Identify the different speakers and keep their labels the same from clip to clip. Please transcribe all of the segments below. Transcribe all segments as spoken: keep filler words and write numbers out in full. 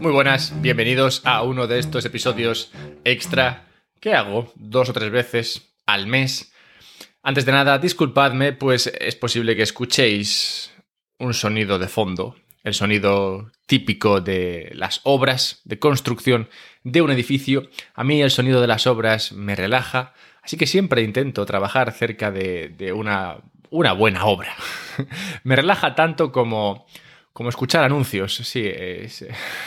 Speaker 1: Muy buenas, bienvenidos a uno de estos episodios extra que hago dos o tres veces al mes. Antes de nada, disculpadme, pues es posible que escuchéis un sonido de fondo, el sonido típico de las obras de construcción de un edificio. A mí el sonido de las obras me relaja, así que siempre intento trabajar cerca de, de una, una buena obra. Me relaja tanto como... Como escuchar anuncios, sí, es,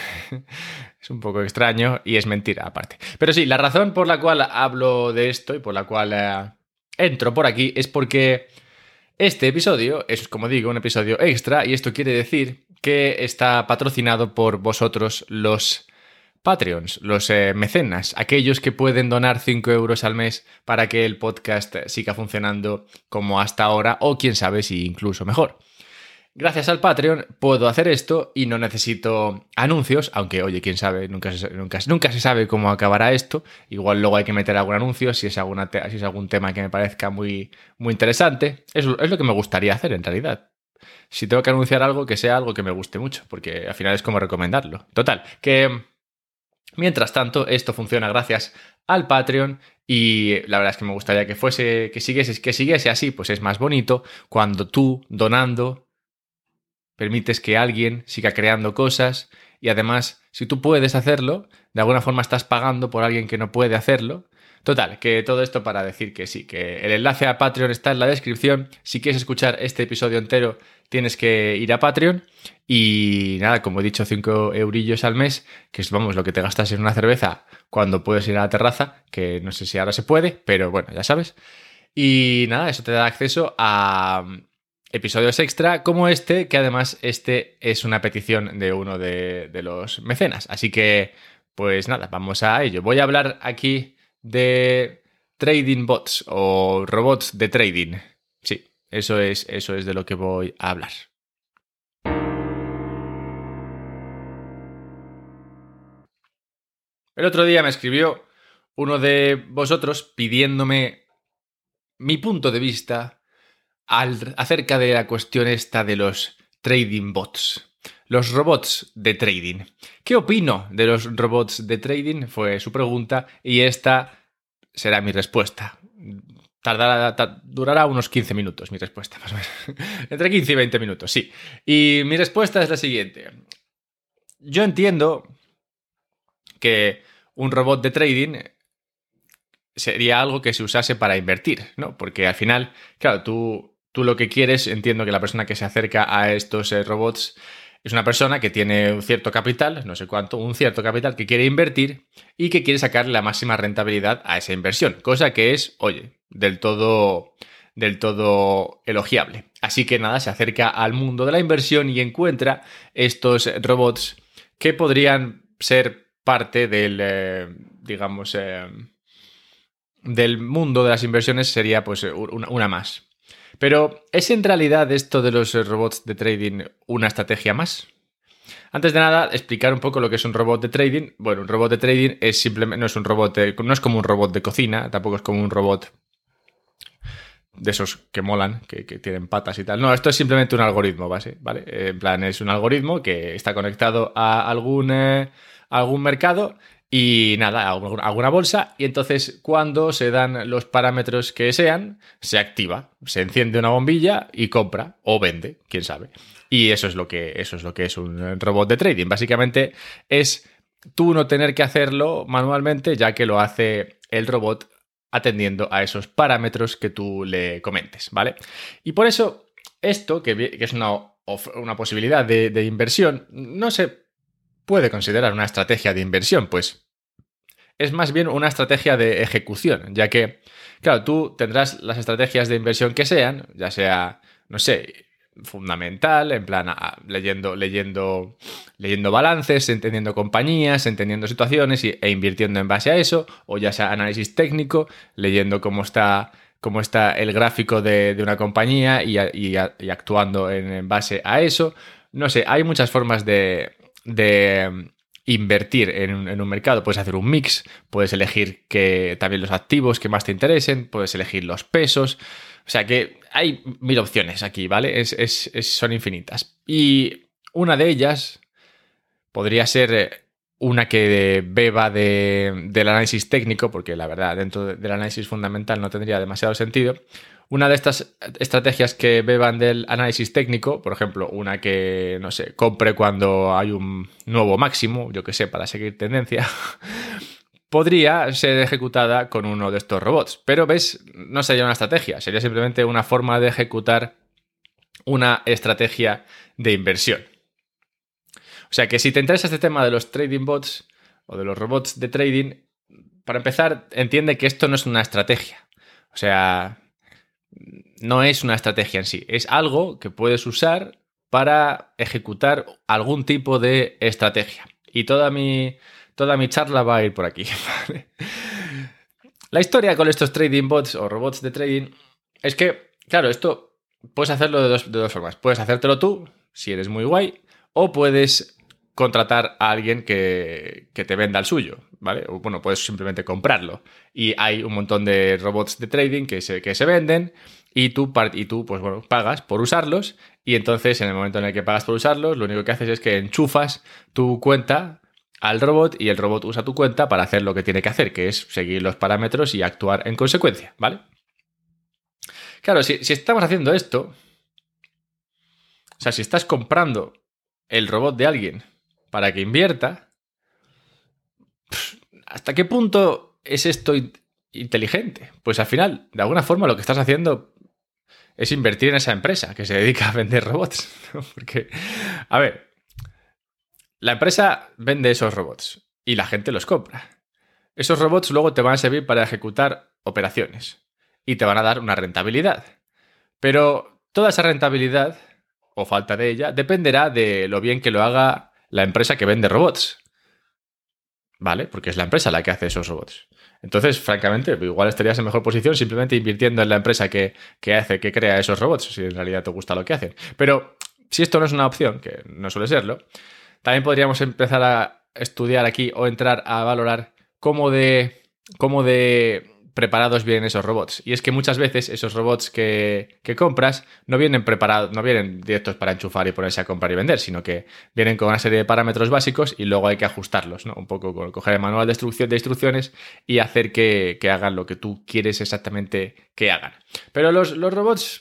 Speaker 1: es un poco extraño y es mentira aparte. Pero sí, la razón por la cual hablo de esto y por la cual eh, entro por aquí es porque este episodio es, como digo, un episodio extra y esto quiere decir que está patrocinado por vosotros los Patreons, los eh, mecenas, aquellos que pueden donar cinco euros al mes para que el podcast siga funcionando como hasta ahora o quién sabe si incluso mejor. Gracias al Patreon puedo hacer esto y no necesito anuncios, aunque, oye, quién sabe, nunca se, nunca, nunca se sabe cómo acabará esto. Igual luego hay que meter algún anuncio si es, alguna te- si es algún tema que me parezca muy, muy interesante. Eso es lo que me gustaría hacer, en realidad. Si tengo que anunciar algo, que sea algo que me guste mucho, porque al final es como recomendarlo. Total, que mientras tanto, esto funciona gracias al Patreon y la verdad es que me gustaría que fuese, que siguiese, que siguiese así, pues es más bonito cuando tú, donando, permites que alguien siga creando cosas y además, si tú puedes hacerlo, de alguna forma estás pagando por alguien que no puede hacerlo. Total, que todo esto para decir que sí, que el enlace a Patreon está en la descripción. Si quieres escuchar este episodio entero, tienes que ir a Patreon. Y nada, como he dicho, cinco eurillos al mes, que es, vamos, lo que te gastas en una cerveza cuando puedes ir a la terraza, que no sé si ahora se puede, pero bueno, ya sabes. Y nada, eso te da acceso a episodios extra como este, que además este es una petición de uno de, de los mecenas. Así que, pues nada, vamos a ello. Voy a hablar aquí de trading bots o robots de trading. Sí, eso es, eso es de lo que voy a hablar. El otro día me escribió uno de vosotros pidiéndome mi punto de vista al, acerca de la cuestión esta de los trading bots, los robots de trading. ¿Qué opino de los robots de trading? Fue su pregunta y esta será mi respuesta. Tardará, ta- durará unos quince minutos mi respuesta, más o menos. Entre quince y veinte minutos, sí. Y mi respuesta es la siguiente. Yo entiendo que un robot de trading sería algo que se usase para invertir, ¿no? Porque al final, claro, tú, tú lo que quieres, entiendo que la persona que se acerca a estos eh, robots es una persona que tiene un cierto capital, no sé cuánto, un cierto capital que quiere invertir y que quiere sacar la máxima rentabilidad a esa inversión, cosa que es, oye, del todo, del todo elogiable. Así que nada, se acerca al mundo de la inversión y encuentra estos robots que podrían ser parte del, eh, digamos, eh, del mundo de las inversiones sería pues una, una más. Pero ¿es en realidad esto de los robots de trading una estrategia más? Antes de nada, explicar un poco lo que es un robot de trading. Bueno, un robot de trading es simplemente, no es un robot, de, no es como un robot de cocina, tampoco es como un robot de esos que molan, que, que tienen patas y tal. No, esto es simplemente un algoritmo base, ¿vale? Eh, En plan, es un algoritmo que está conectado a algún, eh, a algún mercado y nada, a algún- a alguna bolsa. Y entonces, cuando se dan los parámetros que sean, se activa, se enciende una bombilla y compra o vende, quién sabe. Y eso es lo que, eso es lo que es un robot de trading. Básicamente es tú no tener que hacerlo manualmente, ya que lo hace el robot atendiendo a esos parámetros que tú le comentes, ¿vale? Y por eso, esto, que, que es una, una posibilidad de, de inversión, no se puede considerar una estrategia de inversión, pues es más bien una estrategia de ejecución, ya que, claro, tú tendrás las estrategias de inversión que sean, ya sea, no sé, fundamental, en plan, a, leyendo, leyendo, leyendo balances, entendiendo compañías, entendiendo situaciones y, e invirtiendo en base a eso, o ya sea análisis técnico, leyendo cómo está, cómo está el gráfico de, de una compañía y, y, y actuando en, en base a eso. No sé, hay muchas formas de, de invertir en un, en un mercado. Puedes hacer un mix, puedes elegir que también los activos que más te interesen, puedes elegir los pesos. O sea que hay mil opciones aquí, ¿vale? Es, es, es, son infinitas. Y una de ellas podría ser una que beba de, del análisis técnico, porque la verdad dentro del análisis fundamental no tendría demasiado sentido. Una de estas estrategias que beban del análisis técnico, por ejemplo, una que, no sé, compre cuando hay un nuevo máximo, yo que sé, para seguir tendencia, podría ser ejecutada con uno de estos robots. Pero, ¿ves? No sería una estrategia, sería simplemente una forma de ejecutar una estrategia de inversión. O sea que si te interesa este tema de los trading bots o de los robots de trading, para empezar, entiende que esto no es una estrategia. O sea, no es una estrategia en sí. Es algo que puedes usar para ejecutar algún tipo de estrategia. Y toda mi, toda mi charla va a ir por aquí. ¿Vale? La historia con estos trading bots o robots de trading es que, claro, esto puedes hacerlo de dos, de dos formas. Puedes hacértelo tú, si eres muy guay, o puedes contratar a alguien que, que te venda el suyo, ¿vale? O bueno, puedes simplemente comprarlo. Y hay un montón de robots de trading que se, que se venden y tú, y tú, pues bueno, pagas por usarlos y entonces en el momento en el que pagas por usarlos, lo único que haces es que enchufas tu cuenta al robot y el robot usa tu cuenta para hacer lo que tiene que hacer, que es seguir los parámetros y actuar en consecuencia, ¿vale? Claro, si, si estamos haciendo esto, o sea, si estás comprando el robot de alguien para que invierta, ¿hasta qué punto es esto inteligente? Pues al final, de alguna forma, lo que estás haciendo es invertir en esa empresa que se dedica a vender robots, ¿no? Porque, a ver, la empresa vende esos robots y la gente los compra. Esos robots luego te van a servir para ejecutar operaciones y te van a dar una rentabilidad. Pero toda esa rentabilidad, o falta de ella, dependerá de lo bien que lo haga la empresa que vende robots. ¿Vale? Porque es la empresa la que hace esos robots. Entonces, francamente, igual estarías en mejor posición simplemente invirtiendo en la empresa que, que hace, que crea esos robots, si en realidad te gusta lo que hacen. Pero si esto no es una opción, que no suele serlo, también podríamos empezar a estudiar aquí o entrar a valorar cómo de, cómo de preparados vienen esos robots. Y es que muchas veces esos robots que, que compras no vienen preparados, no vienen directos para enchufar y ponerse a comprar y vender, sino que vienen con una serie de parámetros básicos y luego hay que ajustarlos, ¿no? Un poco con coger el manual de, instrucción, de instrucciones y hacer que, que hagan lo que tú quieres exactamente que hagan. Pero los, los robots,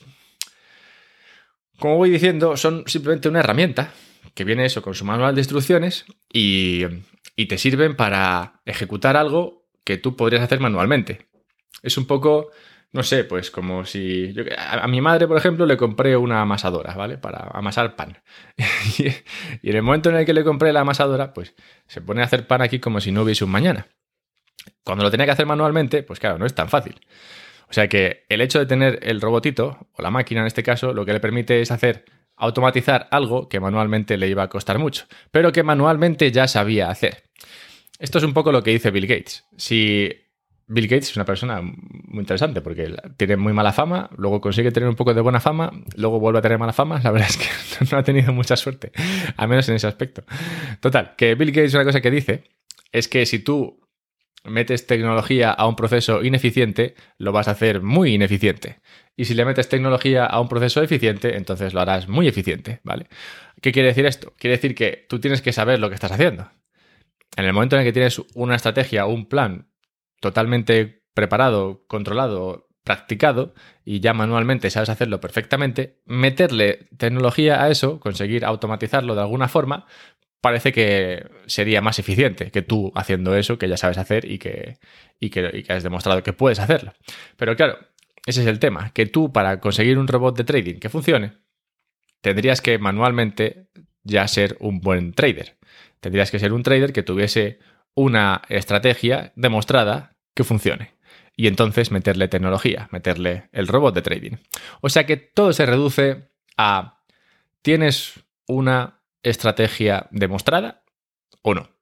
Speaker 1: como voy diciendo, son simplemente una herramienta que viene eso con su manual de instrucciones y, y te sirven para ejecutar algo que tú podrías hacer manualmente. Es un poco, no sé, pues como si... Yo, a, a mi madre, por ejemplo, le compré una amasadora, ¿vale? Para amasar pan. y, y en el momento en el que le compré la amasadora, pues se pone a hacer pan aquí como si no hubiese un mañana. Cuando lo tenía que hacer manualmente, pues claro, no es tan fácil. O sea que el hecho de tener el robotito, o la máquina en este caso, lo que le permite es hacer automatizar algo que manualmente le iba a costar mucho, pero que manualmente ya sabía hacer. Esto es un poco lo que dice Bill Gates. Si Bill Gates es una persona muy interesante porque tiene muy mala fama, luego consigue tener un poco de buena fama, luego vuelve a tener mala fama. La verdad es que no ha tenido mucha suerte, al menos en ese aspecto. Total, que Bill Gates una cosa que dice es que si tú metes tecnología a un proceso ineficiente, lo vas a hacer muy ineficiente. Y si le metes tecnología a un proceso eficiente, entonces lo harás muy eficiente, ¿vale? ¿Qué quiere decir esto? Quiere decir que tú tienes que saber lo que estás haciendo. En el momento en el que tienes una estrategia o un plan totalmente preparado, controlado, practicado y ya manualmente sabes hacerlo perfectamente, meterle tecnología a eso, conseguir automatizarlo de alguna forma, parece que sería más eficiente que tú haciendo eso que ya sabes hacer y que, y que, y que has demostrado que puedes hacerlo. Pero claro, ese es el tema, que tú para conseguir un robot de trading que funcione, tendrías que manualmente ya ser un buen trader. Tendrías que ser un trader que tuviese una estrategia demostrada que funcione. Y entonces meterle tecnología, meterle el robot de trading. O sea que todo se reduce a ¿tienes una estrategia demostrada o no?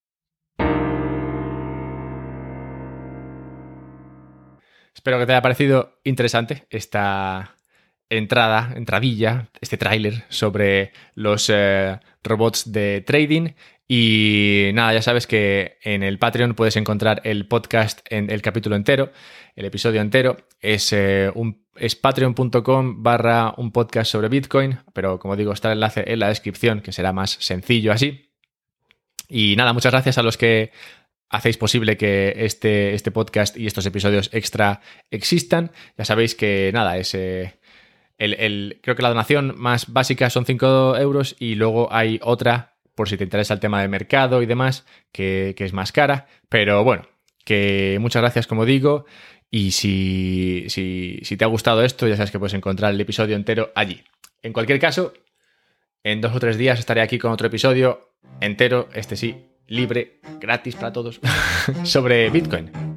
Speaker 1: Espero que te haya parecido interesante esta entrada, entradilla, este tráiler sobre los eh, robots de trading. Y nada, ya sabes que en el Patreon puedes encontrar el podcast en el capítulo entero, el episodio entero. Es, eh, un, es patreon.com barra un podcast sobre Bitcoin, pero como digo, está el enlace en la descripción, que será más sencillo así. Y nada, muchas gracias a los que hacéis posible que este, este podcast y estos episodios extra existan. Ya sabéis que nada, es... Eh, el, el, creo que la donación más básica son cinco euros y luego hay otra, por si te interesa el tema del mercado y demás, que, que es más cara. Pero bueno, que muchas gracias, como digo. Y si, si, si te ha gustado esto, ya sabes que puedes encontrar el episodio entero allí. En cualquier caso, en dos o tres días estaré aquí con otro episodio entero, este sí, libre, gratis para todos, sobre Bitcoin.